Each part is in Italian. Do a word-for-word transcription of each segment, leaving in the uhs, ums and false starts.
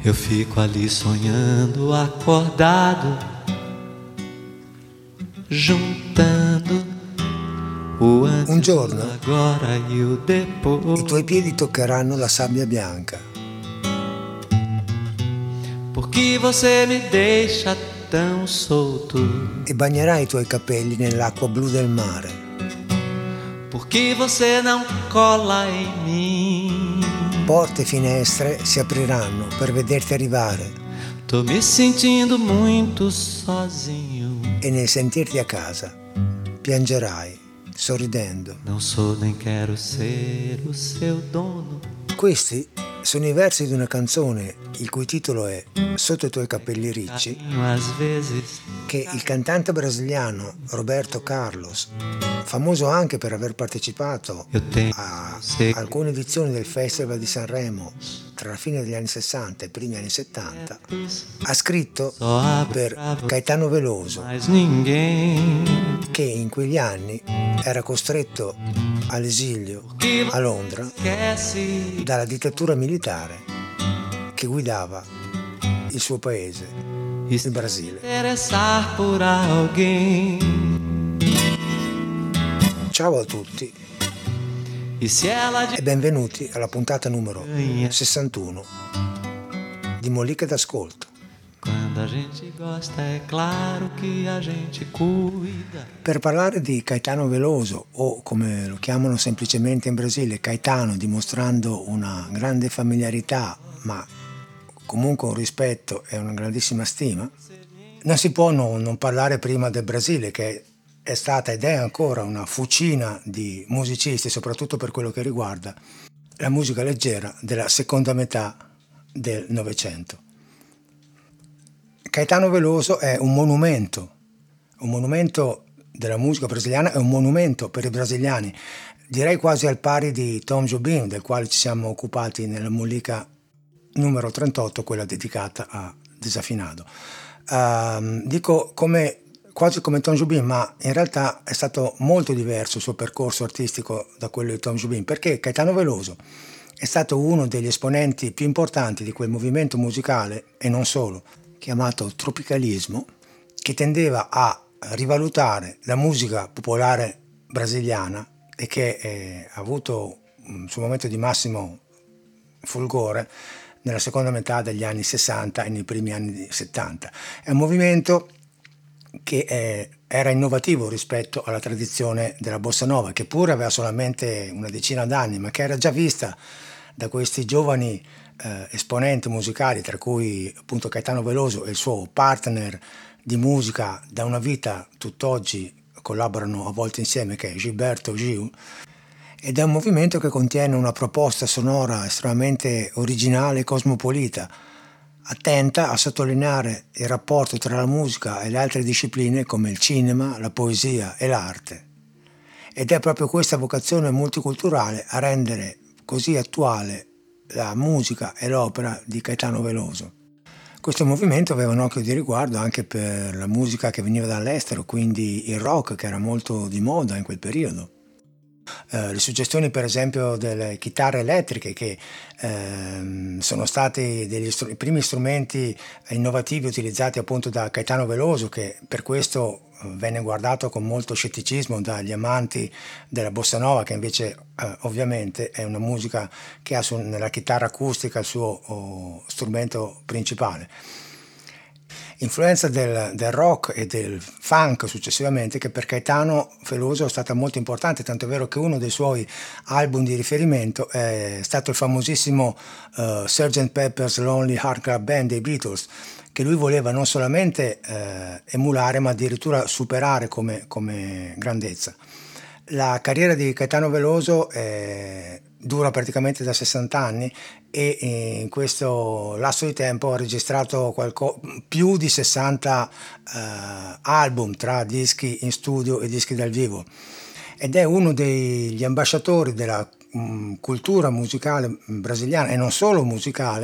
Eu fico ali sonhando, acordado, juntando o antes, un giorno o agora e o depois. I tuoi piedi toccheranno la sabbia bianca. Porque você me deixa tão solto. E bagnerai i tuoi capelli nell'acqua blu del mare. Porque você não cola em mim. Porte e finestre si apriranno per vederti arrivare. Tô me sentindo muito sozinho. E nel sentirti a casa piangerai sorridendo. Não sou nem quero ser o seu dono. Questi sono i versi di una canzone il cui titolo è Sotto i tuoi capelli ricci, che il cantante brasiliano Roberto Carlos, famoso anche per aver partecipato a alcune edizioni del Festival di Sanremo tra la fine degli anni sessanta e i primi anni settanta, ha scritto per Caetano Veloso, che in quegli anni era costretto all'esilio a Londra dalla dittatura militare che guidava il suo paese, il Brasile. Ciao a tutti e benvenuti alla puntata numero sessantuno di Mollica d'Ascolto. Quando a gente gosta è claro che a gente cuida. Per parlare di Caetano Veloso, o come lo chiamano semplicemente in Brasile, Caetano, dimostrando una grande familiarità, ma comunque un rispetto e una grandissima stima, non si può non, non parlare prima del Brasile, che è stata ed è ancora una fucina di musicisti, soprattutto per quello che riguarda la musica leggera della seconda metà del Novecento. Caetano Veloso è un monumento, un monumento della musica brasiliana, è un monumento per i brasiliani, direi quasi al pari di Tom Jobim, del quale ci siamo occupati nella Mollica numero trentotto, quella dedicata a Desafinado. Uh, dico come, quasi come Tom Jobim, ma in realtà è stato molto diverso il suo percorso artistico da quello di Tom Jobim, perché Caetano Veloso è stato uno degli esponenti più importanti di quel movimento musicale, e non solo, chiamato tropicalismo, che tendeva a rivalutare la musica popolare brasiliana e che eh, ha avuto un suo momento di massimo fulgore nella seconda metà degli anni sessanta e nei primi anni settanta. È un movimento che eh, era innovativo rispetto alla tradizione della bossa nova, che pure aveva solamente una decina d'anni, ma che era già vista da questi giovani eh, esponenti musicali, tra cui appunto Caetano Veloso e il suo partner di musica da una vita, tutt'oggi collaborano a volte insieme, che è Gilberto Gil, ed è un movimento che contiene una proposta sonora estremamente originale e cosmopolita, attenta a sottolineare il rapporto tra la musica e le altre discipline come il cinema, la poesia e l'arte. Ed è proprio questa vocazione multiculturale a rendere così attuale la musica e l'opera di Caetano Veloso. Questo movimento aveva un occhio di riguardo anche per la musica che veniva dall'estero, quindi il rock, che era molto di moda in quel periodo. Eh, le suggestioni per esempio delle chitarre elettriche, che ehm, sono stati degli str- i primi strumenti innovativi utilizzati appunto da Caetano Veloso, che per questo venne guardato con molto scetticismo dagli amanti della bossa nova, che invece eh, ovviamente è una musica che ha su, nella chitarra acustica il suo oh, strumento principale. Influenza del, del rock e del funk successivamente, che per Caetano Veloso è stata molto importante, tanto è vero che uno dei suoi album di riferimento è stato il famosissimo uh, sergeant Pepper's Lonely Heart Club Band dei Beatles, che lui voleva non solamente eh, emulare ma addirittura superare come, come grandezza. La carriera di Caetano Veloso eh, dura praticamente da sessanta anni e in questo lasso di tempo ha registrato qualco, più di sessanta eh, album tra dischi in studio e dischi dal vivo, ed è uno degli ambasciatori della mh, cultura musicale brasiliana, e non solo musicale,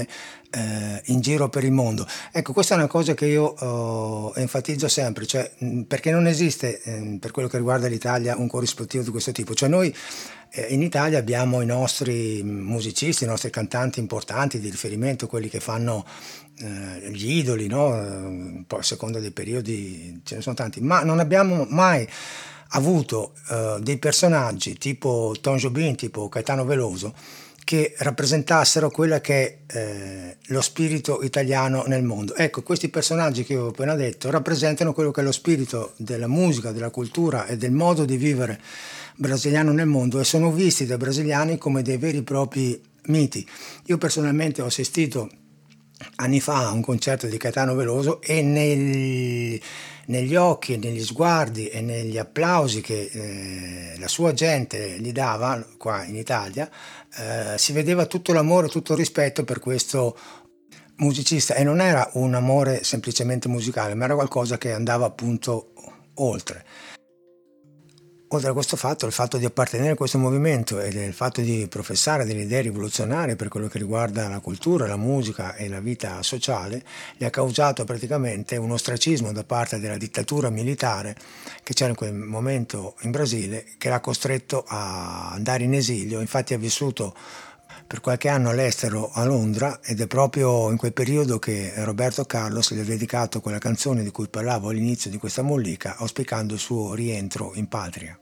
eh, in giro per il mondo. Ecco, questa è una cosa che io eh, enfatizzo sempre, cioè, mh, perché non esiste eh, per quello che riguarda l'Italia un corrispettivo di questo tipo. Cioè noi eh, in Italia abbiamo i nostri musicisti, i nostri cantanti importanti di riferimento, quelli che fanno eh, gli idoli, no? Poi a seconda dei periodi ce ne sono tanti, ma non abbiamo mai avuto uh, dei personaggi tipo Tom Jobim, tipo Caetano Veloso, che rappresentassero quella che è eh, lo spirito italiano nel mondo. Ecco, questi personaggi che ho appena detto rappresentano quello che è lo spirito della musica, della cultura e del modo di vivere brasiliano nel mondo, e sono visti dai brasiliani come dei veri e propri miti. Io personalmente ho assistito anni fa a un concerto di Caetano Veloso e nel, negli occhi, negli sguardi e negli applausi che eh, la sua gente gli dava qua in Italia eh, si vedeva tutto l'amore, tutto il rispetto per questo musicista, e non era un amore semplicemente musicale, ma era qualcosa che andava appunto oltre. Oltre a questo fatto, il fatto di appartenere a questo movimento e il fatto di professare delle idee rivoluzionarie per quello che riguarda la cultura, la musica e la vita sociale, gli ha causato praticamente un ostracismo da parte della dittatura militare che c'era in quel momento in Brasile, che l'ha costretto a andare in esilio. Infatti ha vissuto per qualche anno all'estero, a Londra, ed è proprio in quel periodo che Roberto Carlos gli ha dedicato quella canzone di cui parlavo all'inizio di questa mollica, auspicando il suo rientro in patria.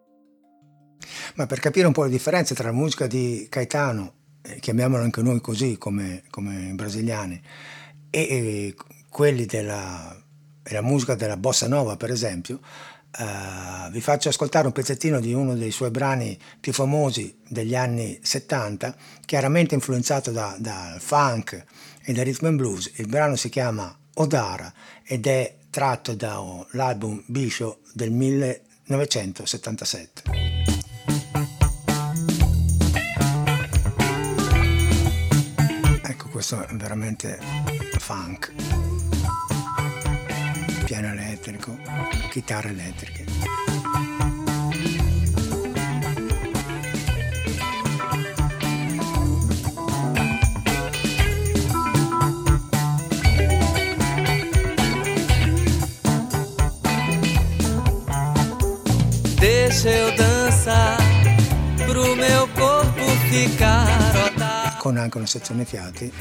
Ma per capire un po' le differenze tra la musica di Caetano, eh, chiamiamola anche noi così come, come brasiliani, e, e quelli della, della musica della bossa nova, per esempio, Uh, vi faccio ascoltare un pezzettino di uno dei suoi brani più famosi degli anni settanta, chiaramente influenzato da, dal funk e dal rhythm and blues. Il brano si chiama Odara ed è tratto dall'album Bisho del millenovecentosettantasette. Ecco, questo è veramente funk. Piano elettrico, chitarre elettriche. Deixa eu dançar pro meu corpo ficar rodar. Con anche una sezione fiati.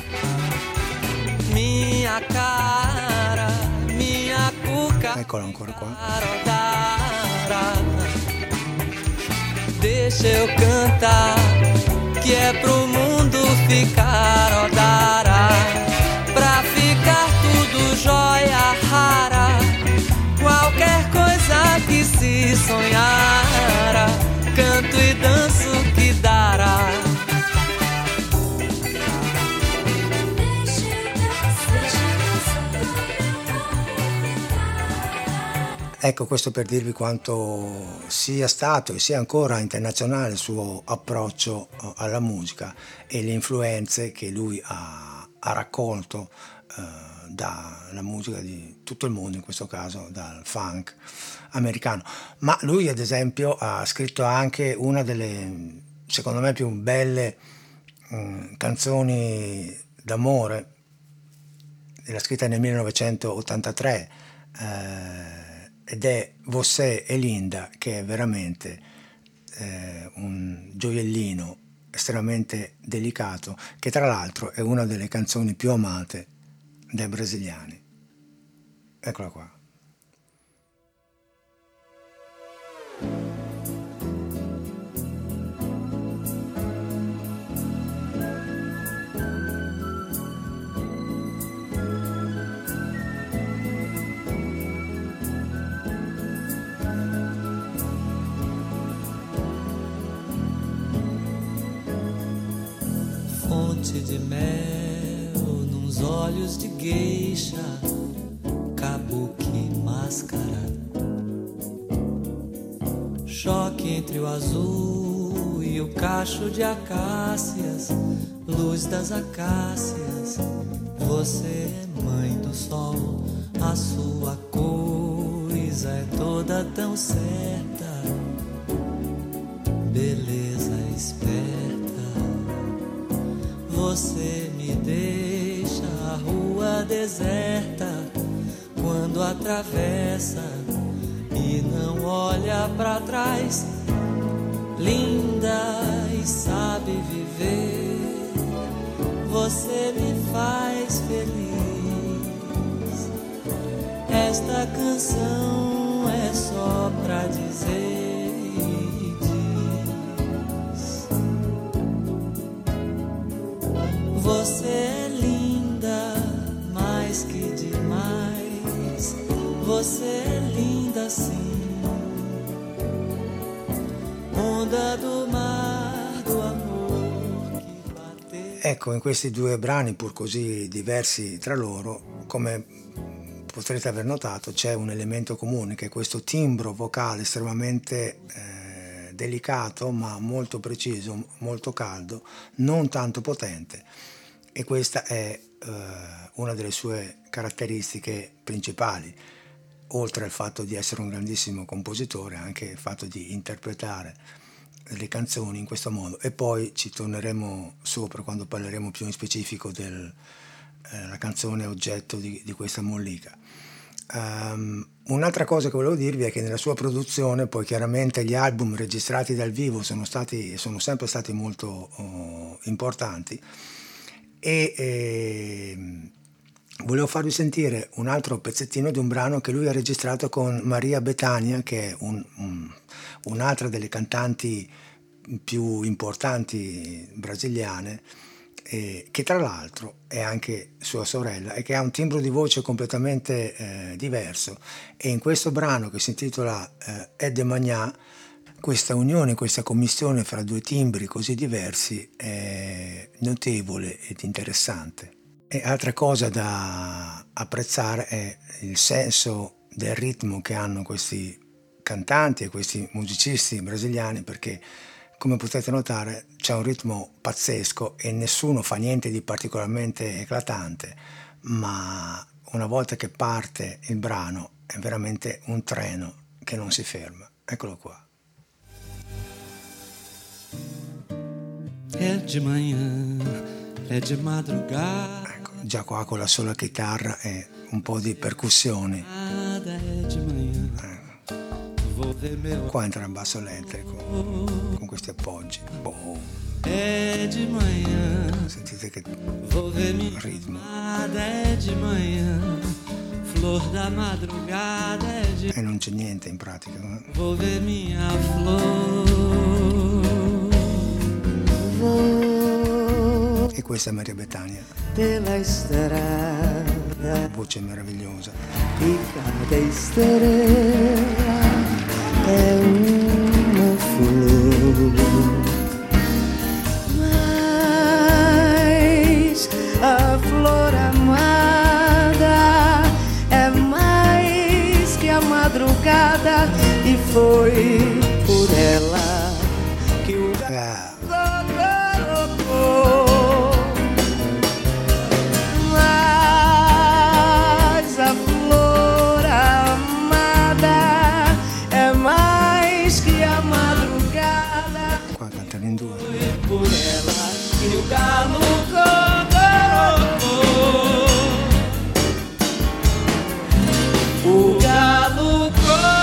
Minha cara, minha cuca. Eccolo ancora qua. Deixa eu cantar, que é pro mundo ficar rodara, pra ficar tudo jóia rara, qualquer coisa que se sonhara, canto e danço que dará. Ecco, questo per dirvi quanto sia stato e sia ancora internazionale il suo approccio alla musica e le influenze che lui ha, ha raccolto eh, dalla musica di tutto il mondo, in questo caso dal funk americano. Ma lui, ad esempio, ha scritto anche una delle, secondo me, più belle mh, canzoni d'amore. L'ha scritta nel millenovecentottantatré eh, ed è Você e Linda, che è veramente eh, un gioiellino estremamente delicato, che tra l'altro è una delle canzoni più amate dai brasiliani. Eccola qua. Fonte de mel nos olhos de geisha, kabuki máscara, choque entre o azul e o cacho de acácias, luz das acácias. Você é mãe do sol, a sua coisa é toda tão certa, beleza esperta. Você me deserta quando atravessa e não olha pra trás. Linda e sabe viver, você me faz feliz. Esta canção é só pra dizer e diz: você é linda, mais que demais. Você é linda sim, onda do mar do amor que batte. Ecco, in questi due brani, pur così diversi tra loro, come potrete aver notato, c'è un elemento comune, che è questo timbro vocale estremamente eh, delicato, ma molto preciso, molto caldo, non tanto potente, e questa è eh, una delle sue caratteristiche principali. Oltre al fatto di essere un grandissimo compositore, anche il fatto di interpretare le canzoni in questo modo, e poi ci torneremo sopra quando parleremo più in specifico della eh, canzone oggetto di, di questa mollica. Um, un'altra cosa che volevo dirvi è che nella sua produzione, poi chiaramente gli album registrati dal vivo sono stati sono sempre stati molto oh, importanti, e eh, volevo farvi sentire un altro pezzettino di un brano che lui ha registrato con Maria Bethânia, che è un, un, un'altra delle cantanti più importanti brasiliane, eh, che tra l'altro è anche sua sorella e che ha un timbro di voce completamente eh, diverso. E in questo brano, che si intitola eh, È de Manhã, questa unione, questa commistione fra due timbri così diversi è notevole ed interessante. E altra cosa da apprezzare è il senso del ritmo che hanno questi cantanti e questi musicisti brasiliani, perché come potete notare c'è un ritmo pazzesco e nessuno fa niente di particolarmente eclatante, ma una volta che parte il brano è veramente un treno che non si ferma. Eccolo qua. É de manhã, é de madrugada. Ecco, già qua con la sola chitarra e un po' di percussioni. É de manhã. Ecco. Vou ver meu. Qua entra il basso elettrico con questi appoggi. Boom. É de manhã. Sentite che Vou ver minha ritmo. amada, é de manhã. Flor da madrugada, é de. E non c'è niente in pratica. No? Vou ver minha flor. E questa è Maria Bethânia, Pela estrada, voce meravigliosa. e cada estrela é uma flor. Mas a flor amada é mais que a madrugada, e foi por ela que o Ah, colocou. Mas a flor amada é mais que a madrugada, qua cantano in due. foi por ela que o galo colocou. O galo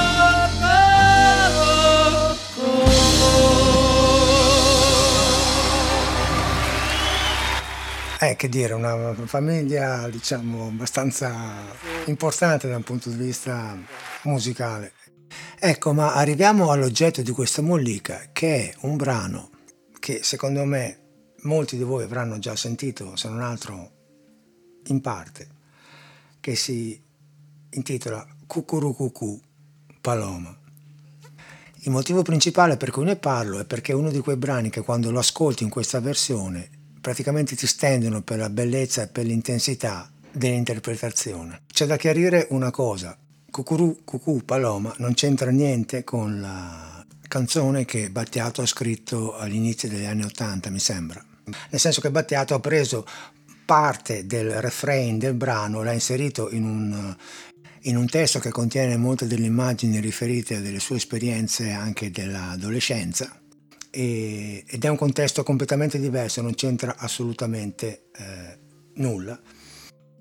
Eh, che dire, una famiglia, diciamo, abbastanza importante da un punto di vista musicale. Ecco, ma arriviamo all'oggetto di questa mollica, che è un brano che secondo me molti di voi avranno già sentito, se non altro in parte, che si intitola Cucurucucù Paloma. Il motivo principale per cui ne parlo è perché è uno di quei brani che quando lo ascolti in questa versione praticamente ti stendono per la bellezza e per l'intensità dell'interpretazione. C'è da chiarire una cosa: Cucurù Cucù Paloma non c'entra niente con la canzone che Battiato ha scritto all'inizio degli anni Ottanta, mi sembra. Nel senso che Battiato ha preso parte del refrain del brano, l'ha inserito in un, in un testo che contiene molte delle immagini riferite delle sue esperienze anche dell'adolescenza, e, ed è un contesto completamente diverso, non c'entra assolutamente eh, nulla.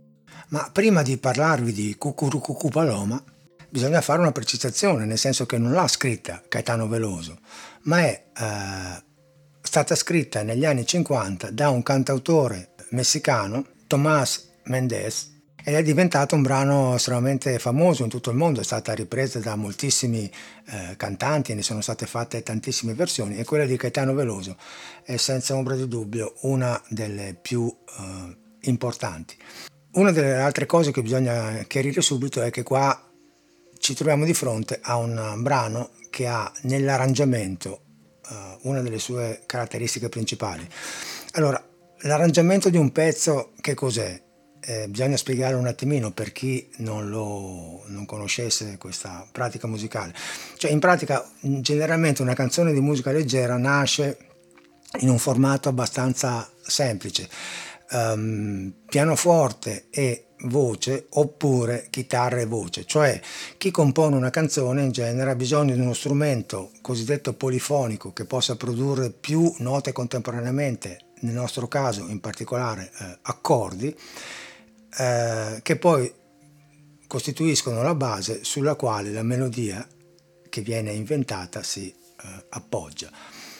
Ma prima di parlarvi di Cucurucucù Paloma bisogna fare una precisazione, nel senso che non l'ha scritta Caetano Veloso, ma è eh, stata scritta negli anni cinquanta da un cantautore messicano, Tomás Méndez, ed è diventato un brano estremamente famoso in tutto il mondo, è stata ripresa da moltissimi eh, cantanti, ne sono state fatte tantissime versioni, e quella di Caetano Veloso è senza ombra di dubbio una delle più eh, importanti. Una delle altre cose che bisogna chiarire subito è che qua ci troviamo di fronte a un brano che ha nell'arrangiamento uh, una delle sue caratteristiche principali. Allora, l'arrangiamento di un pezzo che cos'è? Eh, bisogna spiegarlo un attimino per chi non lo non conoscesse questa pratica musicale. Cioè, in pratica, generalmente una canzone di musica leggera nasce in un formato abbastanza semplice. Um, pianoforte e voce, oppure chitarra e voce, cioè chi compone una canzone in genere ha bisogno di uno strumento cosiddetto polifonico che possa produrre più note contemporaneamente, nel nostro caso in particolare eh, accordi, eh, che poi costituiscono la base sulla quale la melodia che viene inventata si eh, appoggia.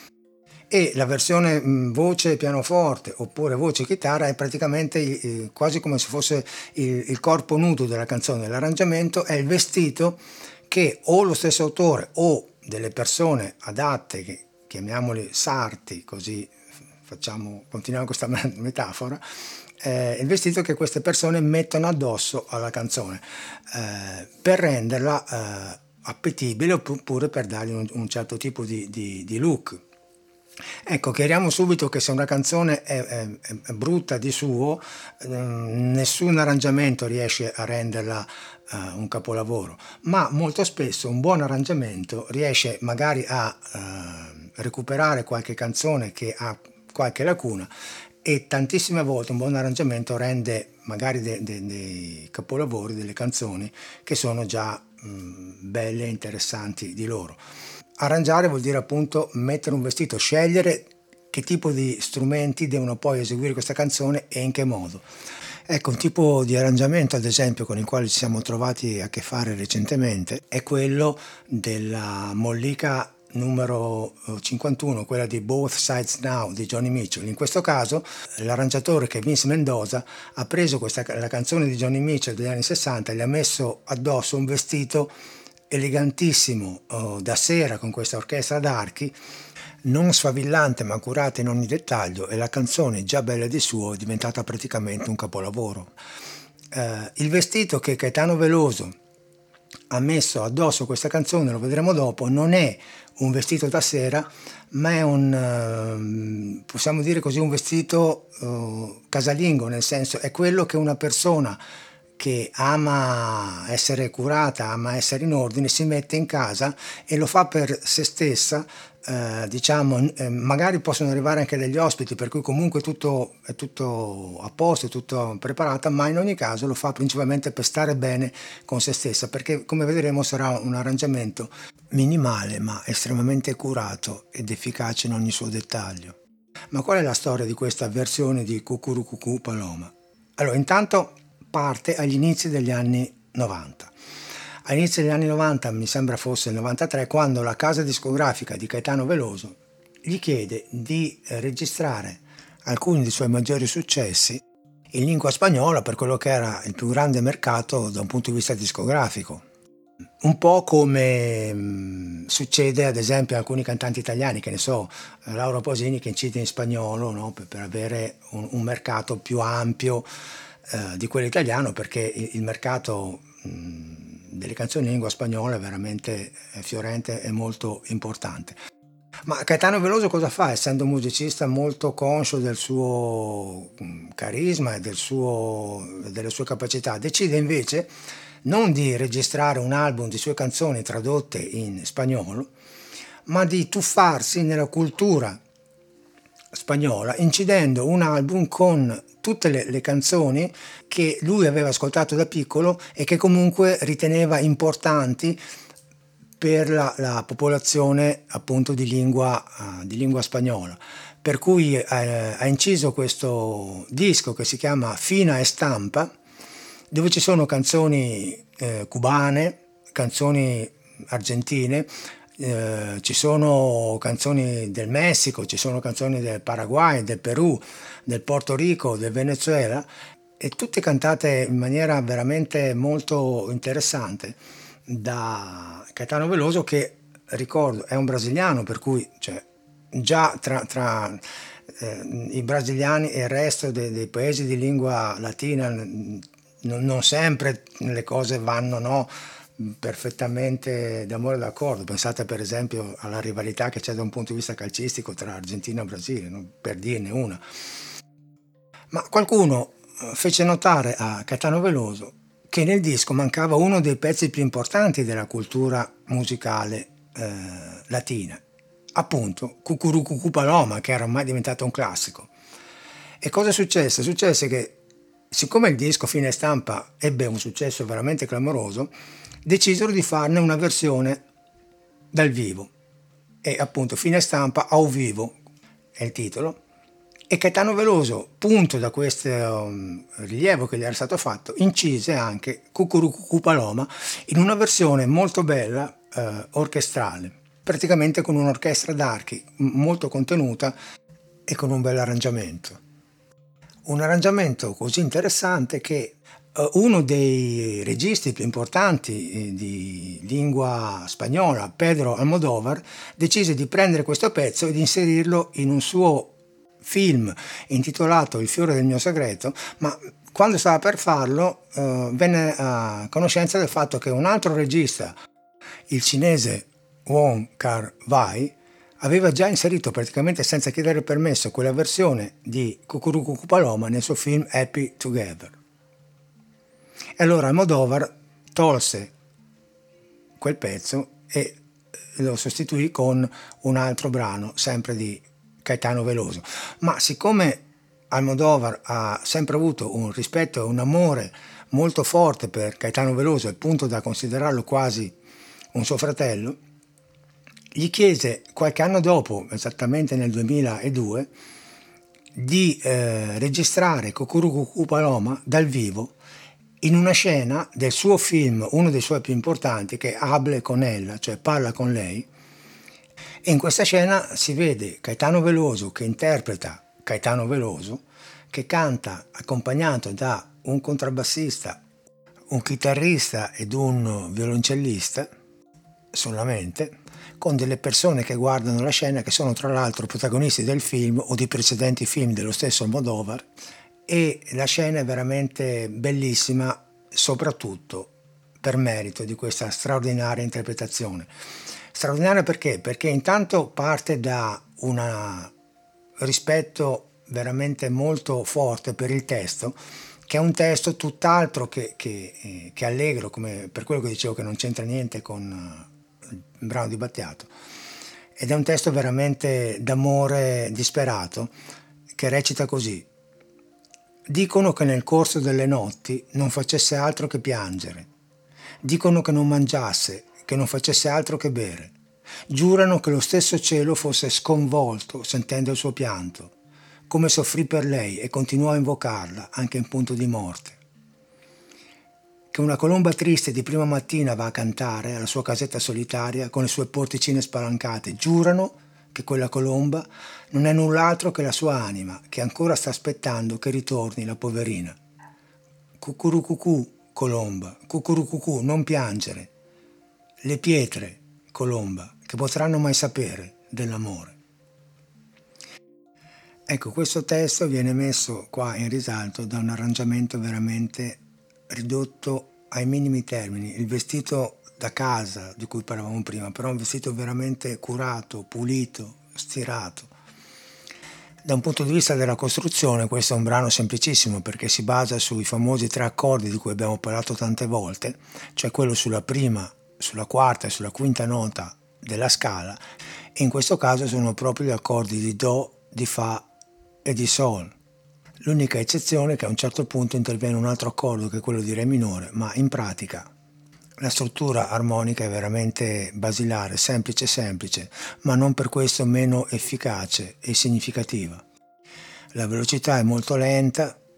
E la versione voce pianoforte oppure voce chitarra è praticamente eh, quasi come se fosse il, il corpo nudo della canzone. L'arrangiamento è il vestito che o lo stesso autore o delle persone adatte, che chiamiamoli sarti, così facciamo, continuiamo questa metafora, eh, il vestito che queste persone mettono addosso alla canzone eh, per renderla eh, appetibile, oppure per dargli un, un certo tipo di, di, di look. Ecco, chiariamo subito che se una canzone è, è, è brutta di suo, eh, nessun arrangiamento riesce a renderla eh, un capolavoro, ma molto spesso un buon arrangiamento riesce magari a eh, recuperare qualche canzone che ha qualche lacuna, e tantissime volte un buon arrangiamento rende magari dei de, de capolavori, delle canzoni che sono già mh, belle e interessanti di loro. Arrangiare vuol dire appunto mettere un vestito, scegliere che tipo di strumenti devono poi eseguire questa canzone e in che modo. Ecco, un tipo di arrangiamento, ad esempio, con il quale ci siamo trovati a che fare recentemente è quello della mollica numero cinquantuno, quella di Both Sides Now di Joni Mitchell. In questo caso l'arrangiatore, che è Vince Mendoza, ha preso questa, la canzone di Joni Mitchell degli anni sessanta e gli ha messo addosso un vestito elegantissimo oh, da sera, con questa orchestra d'archi, non sfavillante ma curata in ogni dettaglio, e la canzone, già bella di suo, è diventata praticamente un capolavoro. Eh, il vestito che Caetano Veloso ha messo addosso questa canzone, lo vedremo dopo, non è un vestito da sera, ma è un, possiamo dire così, un vestito uh, casalingo, nel senso è quello che una persona che ama essere curata, ama essere in ordine, si mette in casa e lo fa per se stessa, eh, diciamo, eh, magari possono arrivare anche degli ospiti, per cui comunque tutto, è tutto a posto, è tutto preparato, ma in ogni caso lo fa principalmente per stare bene con se stessa, perché come vedremo sarà un arrangiamento minimale ma estremamente curato ed efficace in ogni suo dettaglio. Ma qual è la storia di questa versione di Cucurucucù Paloma? Allora, intanto parte agli inizi degli anni novanta. All'inizio degli anni novanta, mi sembra fosse il novantatré, quando la casa discografica di Caetano Veloso gli chiede di registrare alcuni dei suoi maggiori successi in lingua spagnola, per quello che era il più grande mercato da un punto di vista discografico. Un po' come mh, succede ad esempio a alcuni cantanti italiani, che ne so, Laura Pausini, che incide in spagnolo, no? per, per avere un, un mercato più ampio eh, di quello italiano, perché il, il mercato mh, delle canzoni in lingua spagnola è veramente fiorente e molto importante. Ma Caetano Veloso cosa fa? Essendo un musicista molto conscio del suo carisma e del suo, delle sue capacità, decide invece non di registrare un album di sue canzoni tradotte in spagnolo, ma di tuffarsi nella cultura spagnola, incidendo un album con tutte le, le canzoni che lui aveva ascoltato da piccolo e che comunque riteneva importanti per la, la popolazione appunto di lingua, uh, di lingua spagnola. Per cui eh, ha inciso questo disco che si chiama Fina Estampa, dove ci sono canzoni eh, cubane, canzoni argentine, eh, ci sono canzoni del Messico, ci sono canzoni del Paraguay, del Perù, del Porto Rico, del Venezuela, e tutte cantate in maniera veramente molto interessante da Caetano Veloso, che ricordo è un brasiliano, per cui cioè, già tra, tra eh, i brasiliani e il resto dei, dei paesi di lingua latina non, non sempre le cose vanno, no, perfettamente d'amore d'accordo. Pensate per esempio alla rivalità che c'è da un punto di vista calcistico tra Argentina e Brasile, no? Per dirne una. Ma qualcuno fece notare a Caetano Veloso che nel disco mancava uno dei pezzi più importanti della cultura musicale eh, latina, appunto Cucurucucù Paloma, che era ormai diventato un classico. E cosa successe? Successe che, siccome il disco Fine Stampa ebbe un successo veramente clamoroso, decisero di farne una versione dal vivo, e appunto Fine Stampa au vivo è il titolo. E Caetano Veloso, punto da questo um, rilievo che gli era stato fatto, incise anche Cucurucucù Paloma in una versione molto bella, eh, orchestrale, praticamente con un'orchestra d'archi molto contenuta e con un bel arrangiamento. Un arrangiamento così interessante che uh, uno dei registi più importanti eh, di lingua spagnola, Pedro Almodóvar, decise di prendere questo pezzo e di inserirlo in un suo film intitolato Il fiore del mio segreto, ma quando stava per farlo eh, venne a conoscenza del fatto che un altro regista, il cinese Wong Kar-wai, aveva già inserito praticamente senza chiedere permesso quella versione di Cucurucucù Paloma nel suo film Happy Together. E allora Almodóvar tolse quel pezzo e lo sostituì con un altro brano, sempre di Caetano Veloso. Ma siccome Almodóvar ha sempre avuto un rispetto e un amore molto forte per Caetano Veloso, al punto da considerarlo quasi un suo fratello, gli chiese qualche anno dopo, esattamente nel duemiladue, di eh, registrare Cucurucucù Paloma dal vivo in una scena del suo film, uno dei suoi più importanti, che è Hable con ella, cioè Parla con lei. E in questa scena si vede Caetano Veloso che interpreta Caetano Veloso, che canta accompagnato da un contrabbassista, un chitarrista ed un violoncellista solamente, con delle persone che guardano la scena, che sono tra l'altro protagonisti del film o di precedenti film dello stesso Almodóvar, e la scena è veramente bellissima, soprattutto per merito di questa straordinaria interpretazione. Straordinaria perché? Perché intanto parte da un rispetto veramente molto forte per il testo, che è un testo tutt'altro che, che, eh, che allegro, come per quello che dicevo che non c'entra niente con uh, il brano di Battiato, ed è un testo veramente d'amore disperato, che recita così: dicono che nel corso delle notti non facesse altro che piangere, dicono che non mangiasse, che non facesse altro che bere. Giurano che lo stesso cielo fosse sconvolto sentendo il suo pianto, come soffrì per lei e continuò a invocarla anche in punto di morte. Che una colomba triste di prima mattina va a cantare alla sua casetta solitaria con le sue porticine spalancate. Giurano che quella colomba non è null'altro che la sua anima, che ancora sta aspettando che ritorni la poverina. Cucurucucù, colomba, cucurucucù, non piangere. Le pietre, colomba, che potranno mai sapere dell'amore. Ecco, questo testo viene messo qua in risalto da un arrangiamento veramente ridotto ai minimi termini. Il vestito da casa di cui parlavamo prima, però un vestito veramente curato, pulito, stirato. Da un punto di vista della costruzione, questo è un brano semplicissimo, perché si basa sui famosi tre accordi di cui abbiamo parlato tante volte, cioè quello sulla prima, sulla quarta e sulla quinta nota della scala, e in questo caso sono proprio gli accordi di Do, di Fa e di Sol. L'unica eccezione è che a un certo punto interviene un altro accordo, che è quello di Re minore, ma in pratica la struttura armonica è veramente basilare, semplice semplice, ma non per questo meno efficace e significativa. La velocità è molto lenta,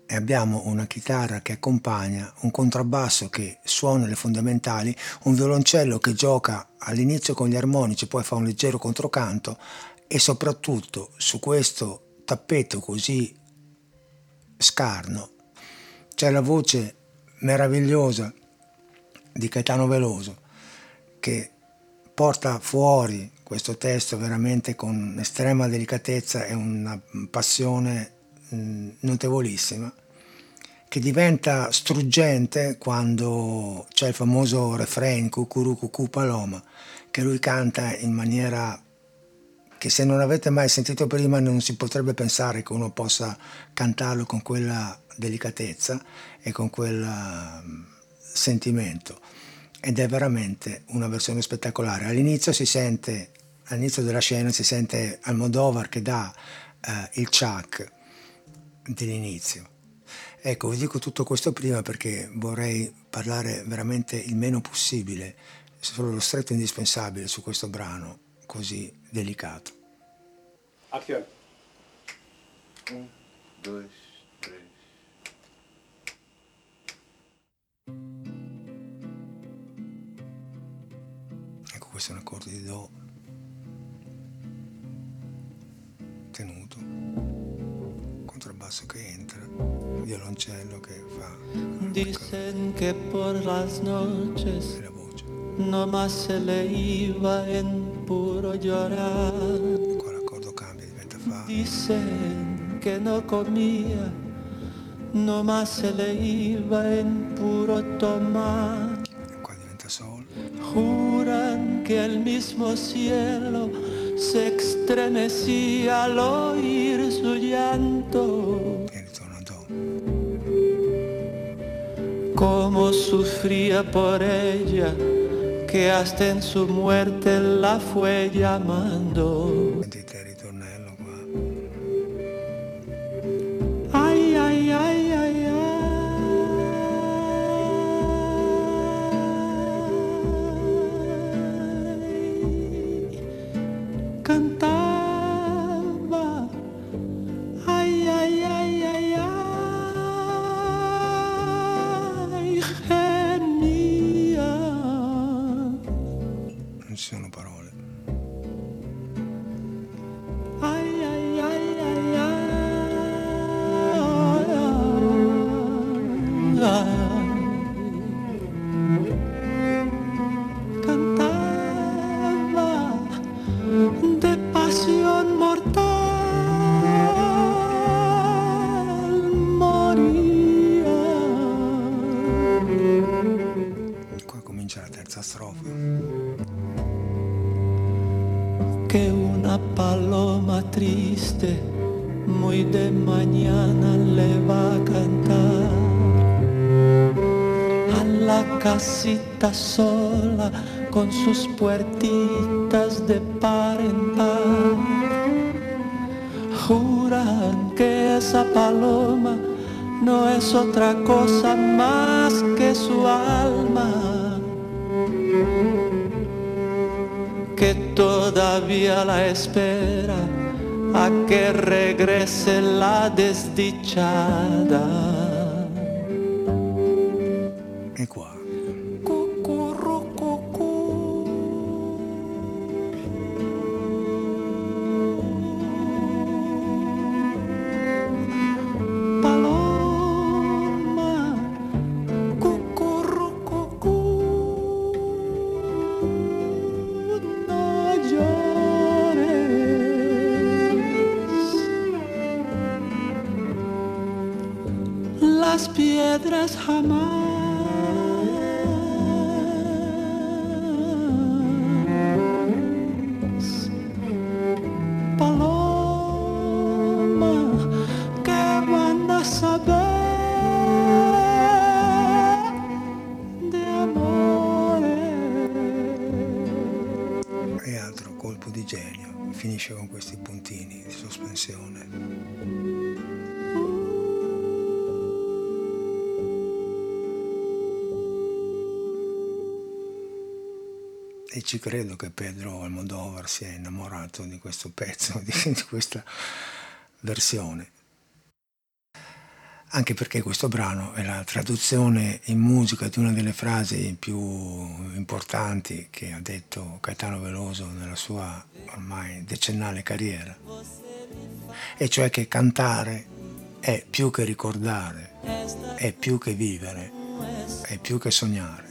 e abbiamo una chitarra che accompagna, un contrabbasso che suona le fondamentali, un violoncello che gioca all'inizio con gli armonici, poi fa un leggero controcanto, e soprattutto su questo tappeto così scarno c'è la voce meravigliosa di Caetano Veloso che porta fuori questo testo veramente con estrema delicatezza e una passione mh, notevolissima, che diventa struggente quando c'è il famoso refrain Cucurù cucù paloma, che lui canta in maniera che, se non avete mai sentito prima, non si potrebbe pensare che uno possa cantarlo con quella delicatezza e con quel uh, sentimento, ed è veramente una versione spettacolare. All'inizio si sente, all'inizio della scena si sente Almodovar che dà uh, il ciak dell'inizio. Ecco, vi dico tutto questo prima perché vorrei parlare veramente il meno possibile, solo lo stretto indispensabile su questo brano così delicato. Azione. Un, due, tre. Ecco, questo è un accordo di Do tenuto, contrabbasso che entra, violoncello che fa Dicen que por las noches e la voce. no más se le iba en puro llorar. Qua l'accordo cambia, diventa Fa. Dicen que no comía, no más se le iba en puro tomar. Qua diventa Sol. Juran que el mismo cielo se estremecía al oír su llanto. E ritorna Do. Cómo sufría por ella, que hasta en su muerte la fue llamando. Sentite il ritornello qua. Ay, ay, ay, ay, ay. Cantaba. Ay, ay, ay, ay, ay. Gemía. Non ci sono parole. Ay, ay, ay, ay, ay, ay. Cantaba de pasión mortal, moría. Qua comincia la terza strofa. Que una paloma triste muy de mañana le va a cantar a la casita sola con sus puertitas de par en par. Juran que esa paloma no es otra cosa más que su alma, que todavía la espera a que regrese la desdichada. E qua. Cucurrucucú. Paloma, cucurrucucú. No llores. Las piedras jamás paloma, que van a saber de amores. E altro colpo di genio. Finisce con questi puntini di sospensione. E ci credo che Pedro Almodovar sia innamorato di questo pezzo, di, di questa versione. anche perché questo brano è la traduzione in musica di una delle frasi più importanti che ha detto Caetano Veloso nella sua ormai decennale carriera, e cioè che cantare è più che ricordare, è più che vivere, è più che sognare.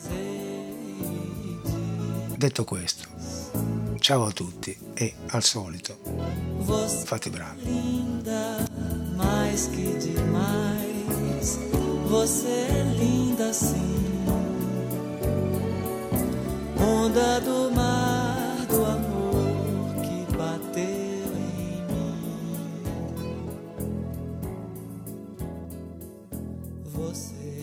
Detto questo, ciao a tutti e al solito, fate bravi. Linda, mais que demais, você é linda sim. Onda do mar, do amor que bateu em mim. Você